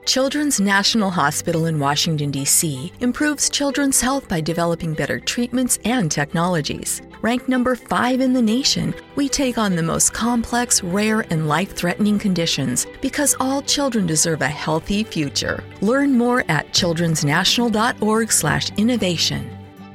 Children's National Hospital in Washington, D.C. improves children's health by developing better treatments and technologies. Ranked number 5 in the nation, we take on the most complex, rare, and life-threatening conditions because all children deserve a healthy future. Learn more at childrensnational.org/innovation.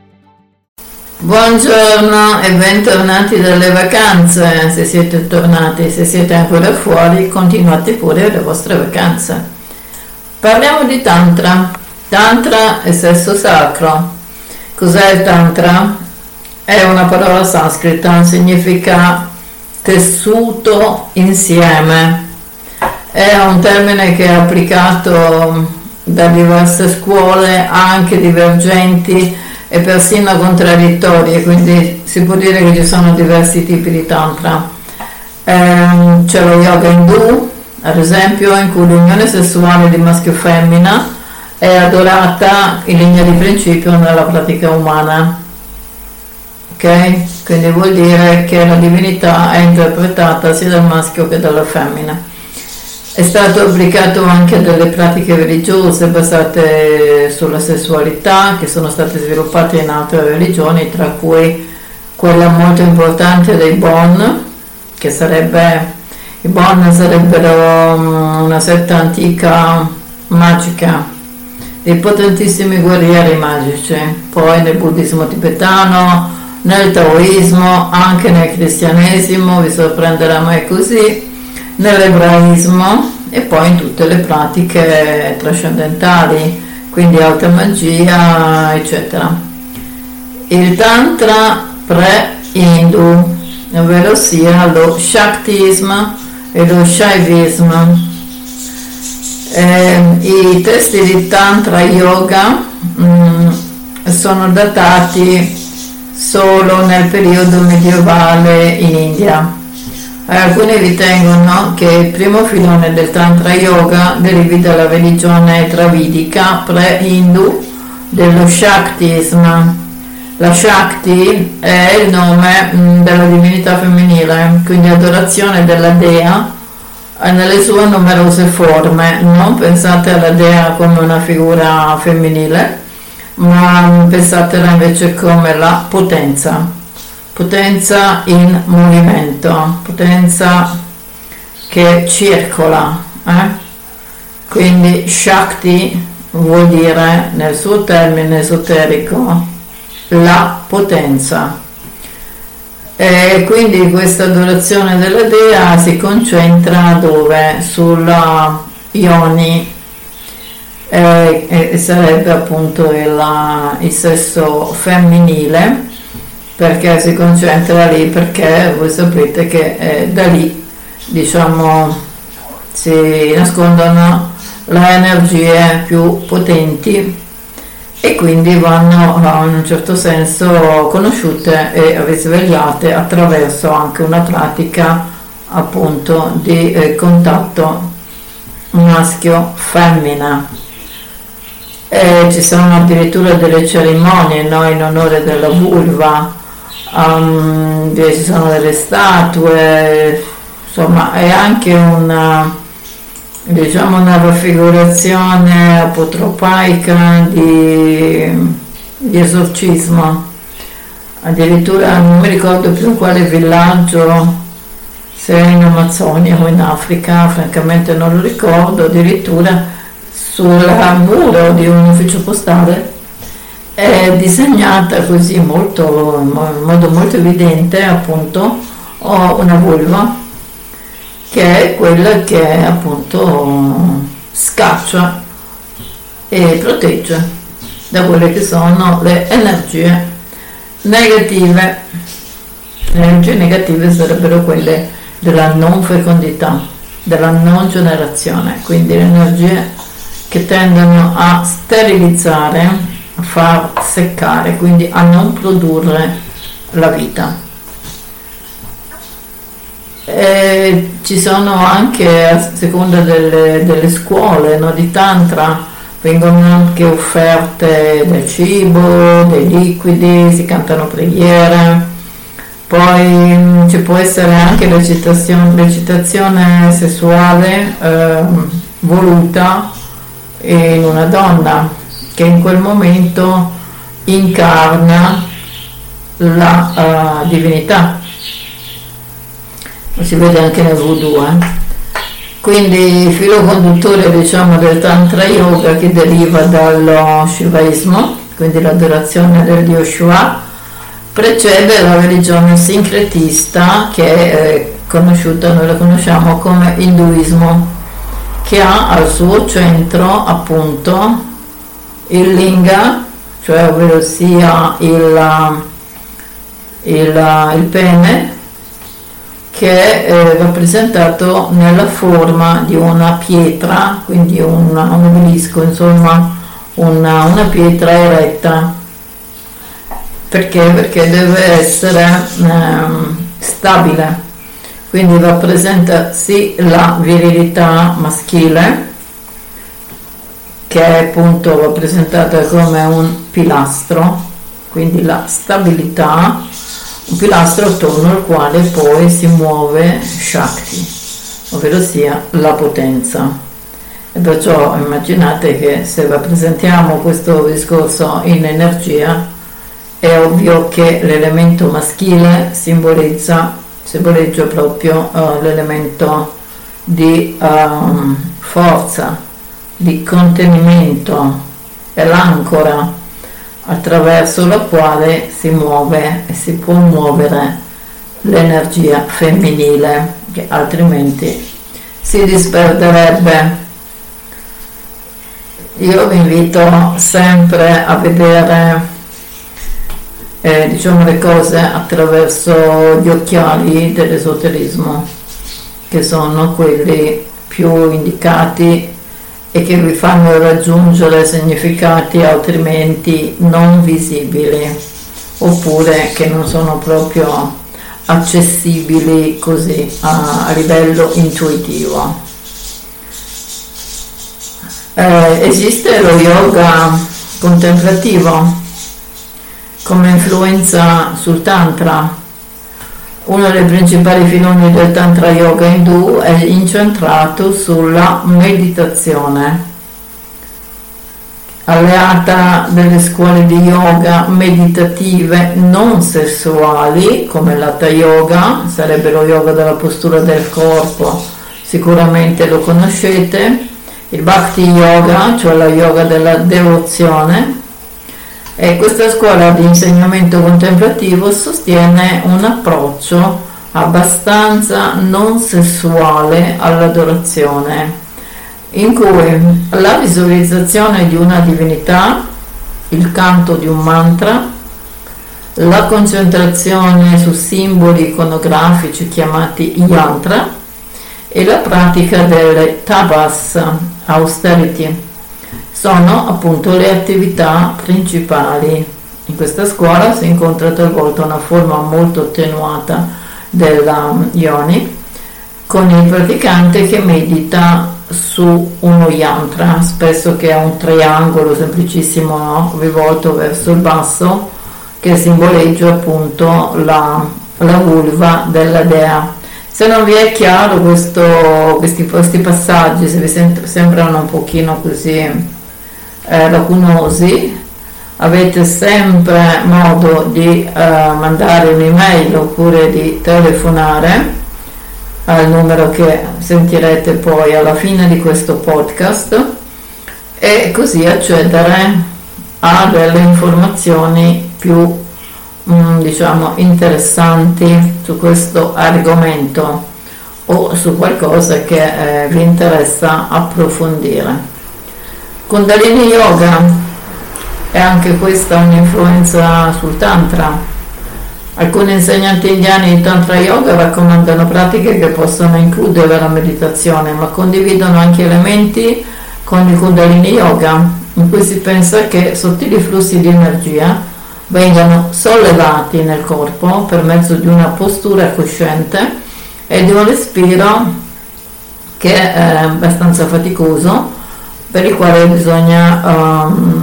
Buongiorno e bentornati dalle vacanze. Se siete tornati, se siete ancora fuori, continuate pure le vostre vacanze. Parliamo di Tantra. Tantra è sesso sacro. Cos'è il Tantra? È una parola sanscrita, significa tessuto insieme. È un termine che è applicato da diverse scuole, anche divergenti e persino contraddittorie, quindi si può dire che ci sono diversi tipi di Tantra. C'è lo yoga indù, ad esempio, in cui l'unione sessuale di maschio e femmina è adorata in linea di principio nella pratica umana. Ok? Quindi vuol dire che la divinità è interpretata sia dal maschio che dalla femmina. È stato applicato anche delle pratiche religiose basate sulla sessualità che sono state sviluppate in altre religioni, tra cui quella molto importante dei Bon, che i Bon sarebbero una setta antica magica, dei potentissimi guerrieri magici. Poi nel buddismo tibetano, nel taoismo, anche nel cristianesimo, vi sorprenderà mai così, nell'ebraismo e poi in tutte le pratiche trascendentali, quindi alta magia, eccetera. Il Tantra pre-Hindu, ovvero sia lo Shaktismo e lo Shaivismo. I testi di Tantra Yoga sono datati solo nel periodo medievale in India. Alcuni ritengono che il primo filone del Tantra Yoga derivi dalla religione dravidica pre-Hindu dello Shaktismo. La Shakti è il nome della divinità femminile, quindi adorazione della dea nelle sue numerose forme. Non pensate alla dea come una figura femminile, ma pensatela invece come la potenza in movimento, potenza che circola. Quindi Shakti vuol dire nel suo termine esoterico la potenza, e quindi questa adorazione della dea si concentra dove? Sulla Yoni, sarebbe appunto il sesso femminile. Perché si concentra lì? Perché voi sapete che da lì, diciamo, si nascondono le energie più potenti e quindi vanno in un certo senso conosciute e risvegliate attraverso anche una pratica appunto di contatto maschio-femmina. Ci sono addirittura delle cerimonie, no, in onore della vulva. Ci sono delle statue, insomma è anche una raffigurazione apotropaica di esorcismo. Addirittura non mi ricordo più in quale villaggio, se è in Amazzonia o in Africa, francamente non lo ricordo, addirittura sul muro di un ufficio postale è disegnata così in modo molto evidente appunto una vulva, che è quella che appunto scaccia e protegge da quelle che sono le energie negative. Le energie negative sarebbero quelle della non fecondità, della non generazione, quindi le energie che tendono a sterilizzare, a far seccare, quindi a non produrre la vita. Ci sono anche, a seconda delle scuole, no, di Tantra, vengono anche offerte del cibo, dei liquidi, si cantano preghiere, poi ci può essere anche l'eccitazione sessuale voluta in una donna che in quel momento incarna la divinità. Lo si vede anche nel voodoo. Quindi il filo conduttore, diciamo, del Tantra Yoga, che deriva dallo Shivaismo, quindi l'adorazione del dio Shiva, precede la religione sincretista, che è conosciuta, noi la conosciamo come Induismo, che ha al suo centro appunto il linga, cioè ovvero sia il pene, che è rappresentato nella forma di una pietra, quindi un obelisco, insomma una pietra eretta. Perché deve essere stabile, quindi rappresenta sì la virilità maschile, che è appunto rappresentata come un pilastro, quindi la stabilità, un pilastro attorno al quale poi si muove Shakti, ovvero sia la potenza. E perciò immaginate che se rappresentiamo questo discorso in energia, è ovvio che l'elemento maschile simboleggia proprio l'elemento di forza, di contenimento, è l'ancora attraverso la quale si muove e si può muovere l'energia femminile, che altrimenti si disperderebbe. Io vi invito sempre a vedere diciamo le cose attraverso gli occhiali dell'esoterismo, che sono quelli più indicati e che vi fanno raggiungere significati altrimenti non visibili, oppure che non sono proprio accessibili così a livello intuitivo. Esiste lo yoga contemplativo come influenza sul Tantra. Uno dei principali filoni del Tantra Yoga indù è incentrato sulla meditazione, alleata delle scuole di yoga meditative non sessuali, come l'Hatha Yoga, sarebbe lo yoga della postura del corpo, sicuramente lo conoscete, il Bhakti Yoga, cioè la yoga della devozione. E questa scuola di insegnamento contemplativo sostiene un approccio abbastanza non sessuale all'adorazione, in cui la visualizzazione di una divinità, il canto di un mantra, la concentrazione su simboli iconografici chiamati yantra e la pratica delle tapas, austerity, sono appunto le attività principali. In questa scuola si incontra talvolta una forma molto attenuata della yoni, con il praticante che medita su uno yantra, spesso che è un triangolo semplicissimo rivolto verso il basso, che simboleggia appunto la vulva della dea. Se non vi è chiaro questi passaggi, se vi sembrano un pochino così lacunosi, avete sempre modo di mandare un'email oppure di telefonare al numero che sentirete poi alla fine di questo podcast, e così accedere a delle informazioni più diciamo interessanti su questo argomento o su qualcosa che vi interessa approfondire. Kundalini Yoga è anche questa un'influenza sul Tantra. Alcuni insegnanti indiani di Tantra Yoga raccomandano pratiche che possono includere la meditazione, ma condividono anche elementi con il Kundalini Yoga, in cui si pensa che sottili flussi di energia vengano sollevati nel corpo per mezzo di una postura cosciente e di un respiro che è abbastanza faticoso, per il quale bisogna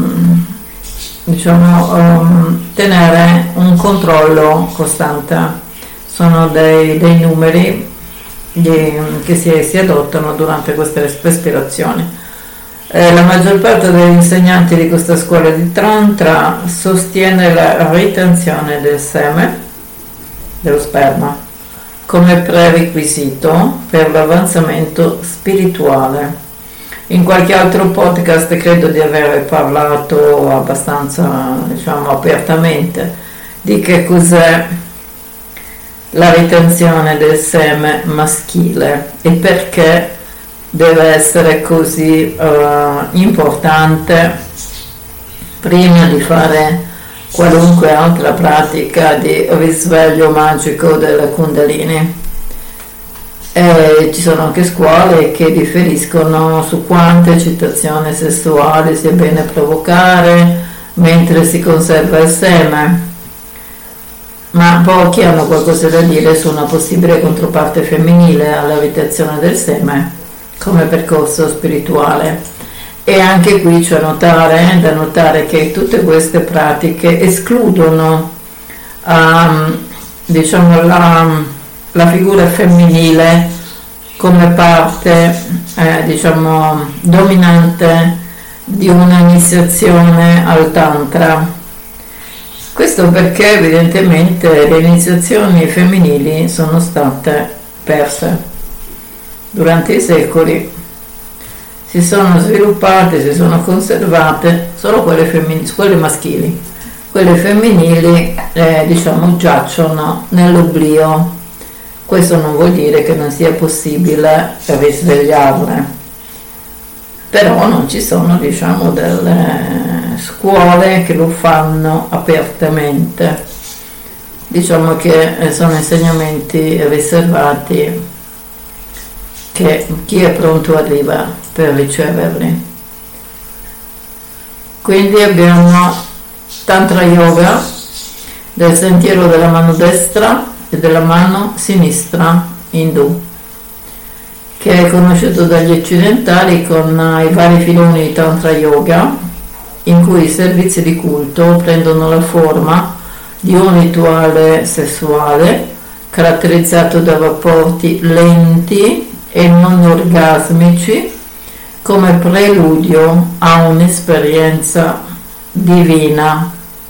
tenere un controllo costante. Sono dei numeri che si adottano durante queste respirazioni. La maggior parte degli insegnanti di questa scuola di Tantra sostiene la ritenzione del seme, dello sperma, come prerequisito per l'avanzamento spirituale. In qualche altro podcast credo di aver parlato abbastanza, apertamente di che cos'è la ritenzione del seme maschile e perché deve essere così importante prima di fare qualunque altra pratica di risveglio magico della Kundalini. E ci sono anche scuole che differiscono su quante eccitazione sessuale sia bene provocare mentre si conserva il seme, ma pochi hanno qualcosa da dire su una possibile controparte femminile alla ritenzione del seme come percorso spirituale. E anche qui c'è da notare che tutte queste pratiche escludono la figura femminile come parte dominante di un'iniziazione al Tantra. Questo perché evidentemente le iniziazioni femminili sono state perse durante i secoli, si sono sviluppate, si sono conservate solo quelle maschili, quelle femminili giacciono nell'oblio. Questo non vuol dire che non sia possibile risvegliarle, però non ci sono delle scuole che lo fanno apertamente, che sono insegnamenti riservati che chi è pronto arriva per riceverli. Quindi abbiamo Tantra Yoga del sentiero della mano destra e della mano sinistra indù, che è conosciuto dagli occidentali con i vari filoni di Tantra Yoga, in cui i servizi di culto prendono la forma di un rituale sessuale caratterizzato da rapporti lenti e non orgasmici come preludio a un'esperienza divina.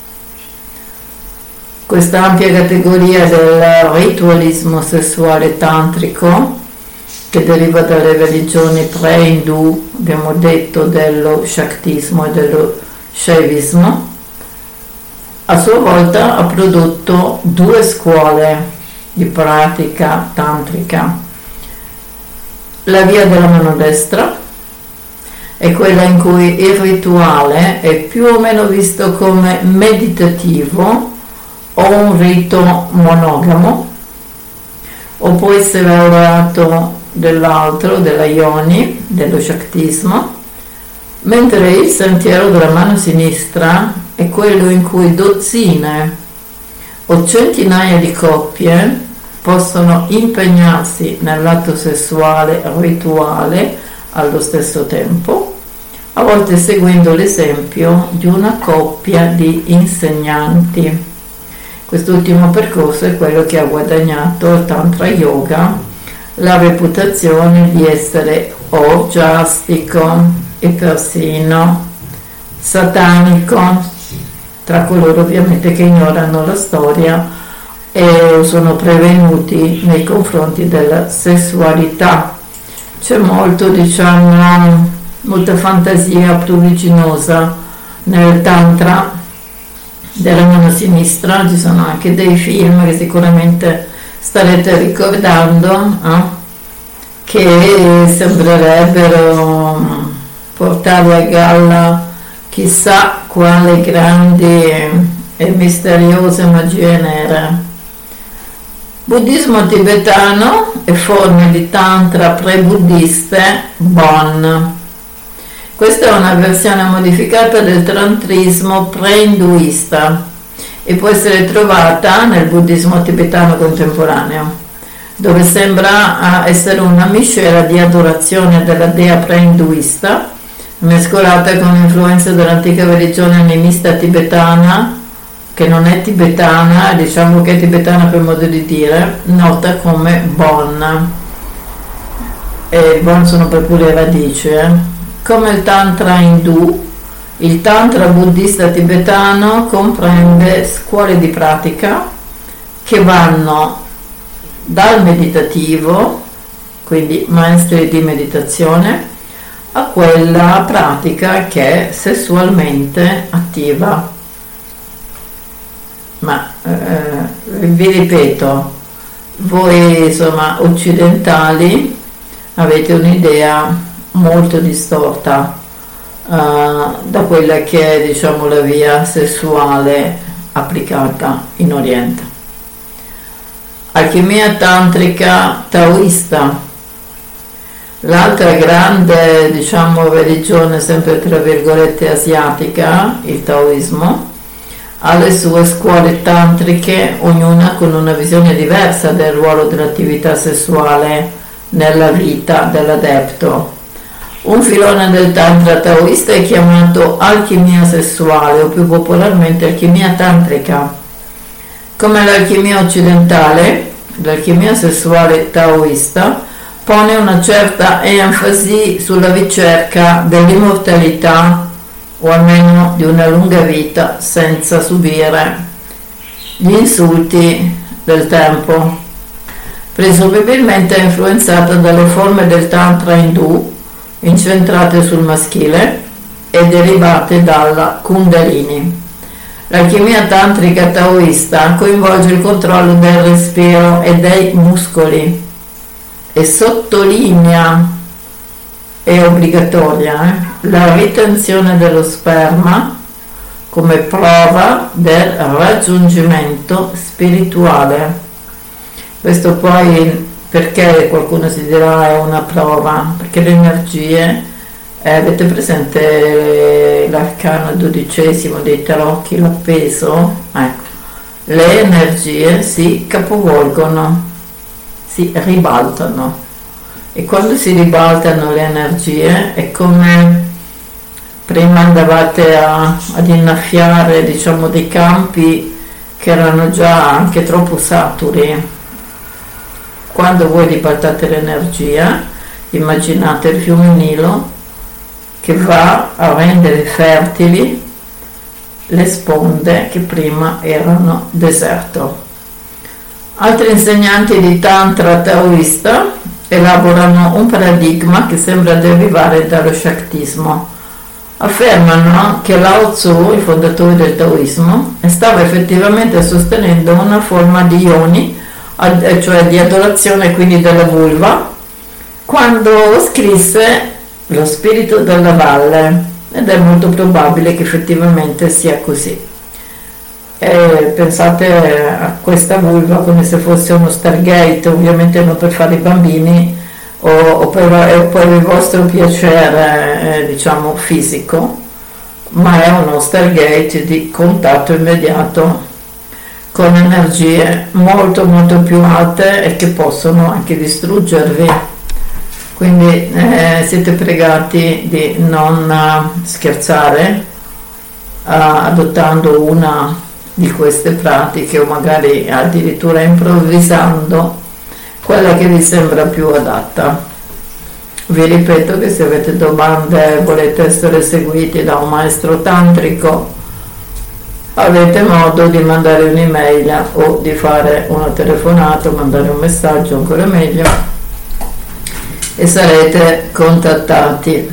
Questa ampia categoria del ritualismo sessuale tantrico, che deriva dalle religioni pre-indù, abbiamo detto, dello shaktismo e dello shaivismo, a sua volta ha prodotto due scuole di pratica tantrica. La via della mano destra è quella in cui il rituale è più o meno visto come meditativo o un rito monogamo, o può essere al lato dell'altro, della yoni, dello shaktismo, mentre il sentiero della mano sinistra è quello in cui dozzine o centinaia di coppie possono impegnarsi nell'atto sessuale rituale allo stesso tempo, a volte seguendo l'esempio di una coppia di insegnanti. Quest'ultimo percorso è quello che ha guadagnato al Tantra Yoga la reputazione di essere orgiastico e persino satanico, tra coloro ovviamente che ignorano la storia e sono prevenuti nei confronti della sessualità. C'è molta fantasia pruriginosa nel Tantra della mano sinistra. Ci sono anche dei film che sicuramente starete ricordando, che sembrerebbero portare a galla chissà quale grandi e misteriose magie nere. Buddismo tibetano e forme di tantra pre-buddiste Bon. Questa è una versione modificata del tantrismo pre-induista e può essere trovata nel buddismo tibetano contemporaneo, dove sembra essere una miscela di adorazione della dea pre-induista mescolata con influenze dell'antica religione animista tibetana, che non è tibetana, diciamo che è tibetana per modo di dire, nota come Bon. E Bon sono proprio le radici, Come il Tantra indù, il Tantra buddista tibetano comprende scuole di pratica che vanno dal meditativo, quindi maestri di meditazione, a quella pratica che è sessualmente attiva. Ma vi ripeto, voi insomma occidentali avete un'idea molto distorta da quella che è, diciamo, la via sessuale applicata in Oriente. Alchimia tantrica taoista, l'altra grande, diciamo, religione, sempre tra virgolette, asiatica, il taoismo, ha le sue scuole tantriche, ognuna con una visione diversa del ruolo dell'attività sessuale nella vita dell'adepto. Un filone del tantra taoista è chiamato alchimia sessuale, o più popolarmente alchimia tantrica. Come l'alchimia occidentale, l'alchimia sessuale taoista pone una certa enfasi sulla ricerca dell'immortalità, o almeno di una lunga vita senza subire gli insulti del tempo. Presumibilmente è influenzata dalle forme del tantra indù, incentrate sul maschile e derivate dalla Kundalini. L'alchimia tantrica taoista coinvolge il controllo del respiro e dei muscoli e sottolinea, è obbligatoria, la ritenzione dello sperma come prova del raggiungimento spirituale. Questo poi, perché qualcuno si dirà è una prova? Perché le energie, avete presente l'arcano 12° dei tarocchi, l'appeso? Ecco, le energie si capovolgono, si ribaltano, e quando si ribaltano le energie è come prima andavate ad innaffiare, diciamo, dei campi che erano già anche troppo saturi. Quando voi ribaltate l'energia, immaginate il fiume Nilo che va a rendere fertili le sponde che prima erano deserto. Altri insegnanti di Tantra taoista elaborano un paradigma che sembra derivare dallo Shaktismo. Affermano che Lao Tzu, il fondatore del taoismo, stava effettivamente sostenendo una forma di yoni, cioè di adorazione quindi della vulva, quando scrisse Lo spirito della valle, ed è molto probabile che effettivamente sia così. Pensate a questa vulva come se fosse uno Stargate, ovviamente non per fare i bambini o per il vostro piacere diciamo fisico, ma è uno Stargate di contatto immediato con energie molto molto più alte e che possono anche distruggervi. Quindi siete pregati di non scherzare adottando una di queste pratiche, o magari addirittura improvvisando quella che vi sembra più adatta. Vi ripeto che se avete domande e volete essere seguiti da un maestro tantrico, avete modo di mandare un'email o di fare una telefonata o mandare un messaggio, ancora meglio, e sarete contattati.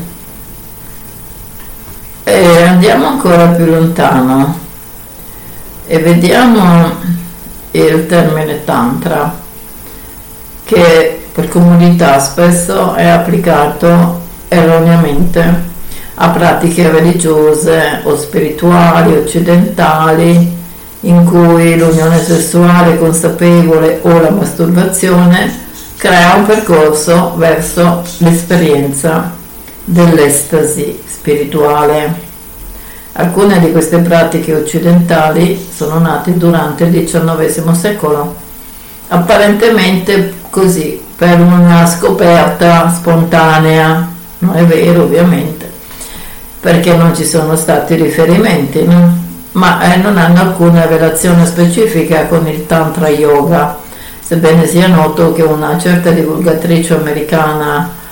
E andiamo ancora più lontano e vediamo il termine tantra, che per comodità spesso è applicato erroneamente a pratiche religiose o spirituali occidentali, in cui l'unione sessuale consapevole o la masturbazione crea un percorso verso l'esperienza dell'estasi spirituale. Alcune di queste pratiche occidentali sono nate durante il XIX secolo, apparentemente così, per una scoperta spontanea. Non è vero, ovviamente, perché non ci sono stati riferimenti, no? Ma non hanno alcuna relazione specifica con il Tantra Yoga, sebbene sia noto che una certa divulgatrice americana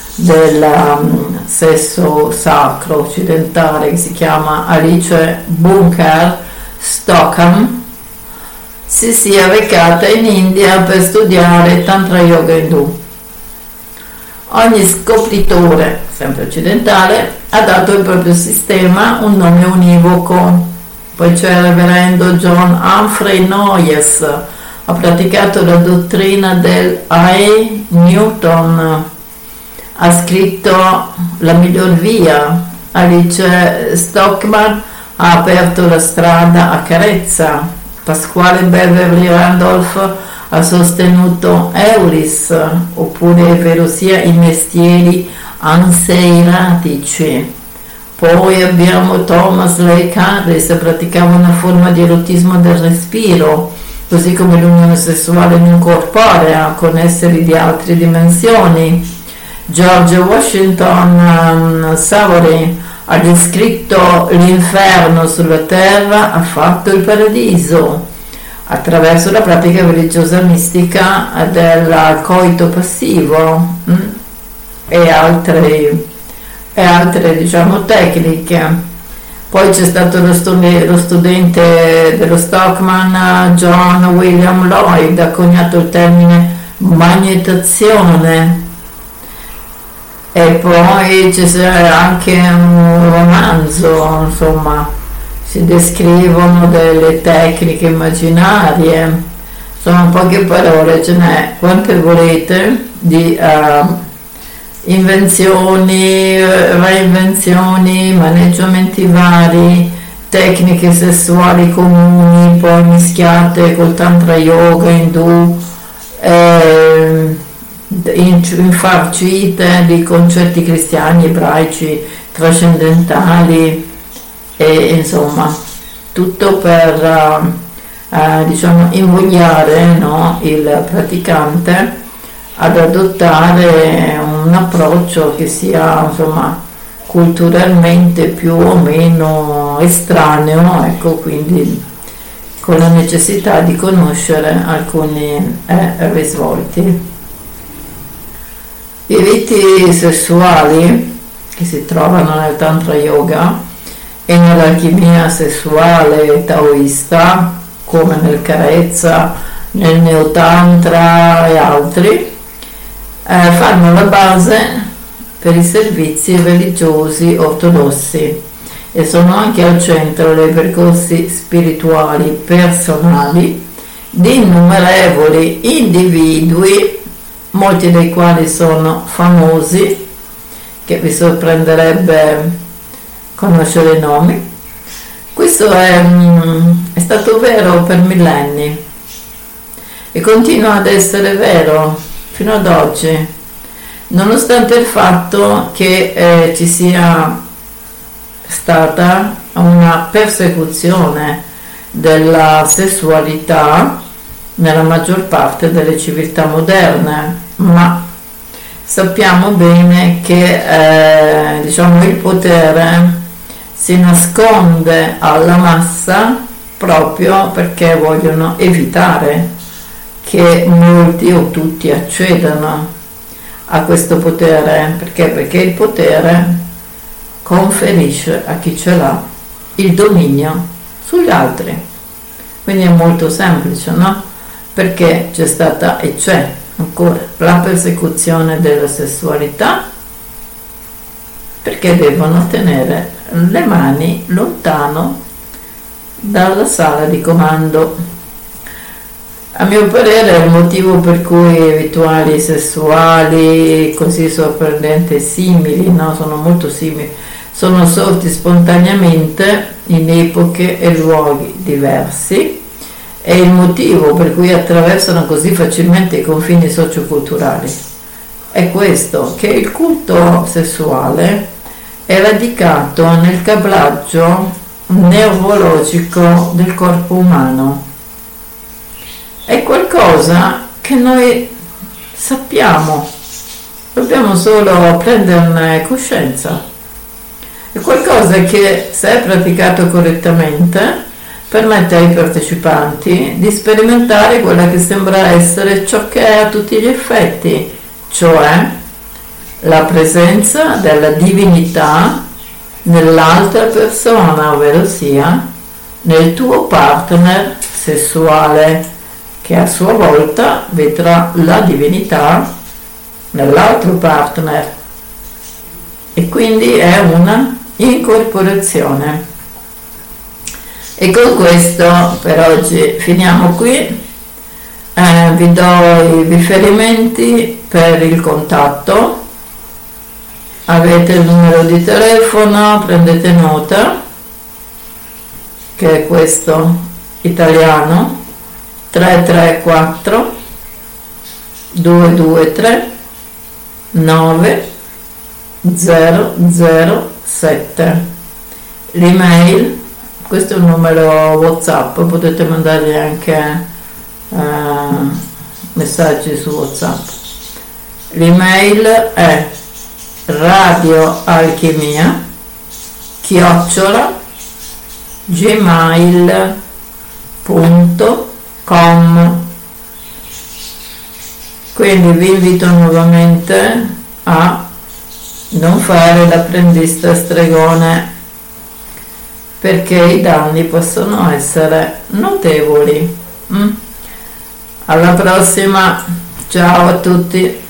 del sesso sacro occidentale, che si chiama Alice Bunker Stockham, si sia recata in India per studiare Tantra Yoga Indù. Ogni scopritore, sempre occidentale, ha dato il proprio sistema un nome univoco. Poi c'è il reverendo John Humphrey Noyes, ha praticato la dottrina del I. Newton, ha scritto La miglior via. Alice Stockman ha aperto la strada a Carezza. Pasquale Beverly Randolph ha sostenuto Euris, oppure ovvero sia i mestieri anseiratici. Poi abbiamo Thomas Lake Harris, che praticava una forma di erotismo del respiro, così come l'unione sessuale non corporea con esseri di altre dimensioni. George Washington Savory ha descritto l'inferno sulla terra, ha fatto il paradiso attraverso la pratica religiosa mistica del coito passivo e altre diciamo tecniche. Poi c'è stato lo studente dello Stockman, John William Lloyd, ha coniato il termine magnetazione. E poi c'è anche un romanzo, insomma, si descrivono delle tecniche immaginarie, sono poche parole, ce n'è quante volete, di invenzioni, reinvenzioni, maneggiamenti vari, tecniche sessuali comuni, poi mischiate col tantra yoga indù, infarcite di concetti cristiani, ebraici, trascendentali, e insomma tutto per diciamo invogliare, no, il praticante ad adottare un approccio che sia insomma culturalmente più o meno estraneo, ecco, quindi con la necessità di conoscere alcuni risvolti. I riti sessuali che si trovano nel Tantra Yoga e nell'alchimia sessuale taoista, come nel Carezza, nel Neotantra e altri, fanno la base per i servizi religiosi ortodossi e sono anche al centro dei percorsi spirituali personali di innumerevoli individui, molti dei quali sono famosi, che vi sorprenderebbe conoscere i nomi. Questo è stato vero per millenni e continua ad essere vero fino ad oggi, nonostante il fatto che ci sia stata una persecuzione della sessualità nella maggior parte delle civiltà moderne, ma sappiamo bene che diciamo il potere si nasconde alla massa proprio perché vogliono evitare che molti o tutti accedano a questo potere. Perché il potere conferisce a chi ce l'ha il dominio sugli altri. Quindi è molto semplice, no? Perché c'è stata e c'è ancora la persecuzione della sessualità, perché devono tenere le mani lontano dalla sala di comando. A mio parere è il motivo per cui i rituali sessuali così sorprendenti simili, no? Sono molto simili, sono sorti spontaneamente in epoche e luoghi diversi, e il motivo per cui attraversano così facilmente i confini socioculturali è questo, che il culto sessuale è radicato nel cablaggio neurologico del corpo umano. È qualcosa che noi sappiamo, dobbiamo solo prenderne coscienza. È qualcosa che, se è praticato correttamente, permette ai partecipanti di sperimentare quella che sembra essere ciò che è a tutti gli effetti, cioè la presenza della divinità nell'altra persona, ovvero sia nel tuo partner sessuale, che a sua volta vedrà la divinità nell'altro partner, e quindi è una incorporazione. E con questo per oggi finiamo qui. Vi do i riferimenti per il contatto. Avete il numero di telefono, prendete nota, che è questo italiano, 334 223 9007. L'email, questo è un numero WhatsApp, potete mandargli anche messaggi su WhatsApp. L'email è radioalchimia@gmail.com. Quindi vi invito nuovamente a non fare l'apprendista stregone, perché i danni possono essere notevoli. Alla prossima, ciao a tutti.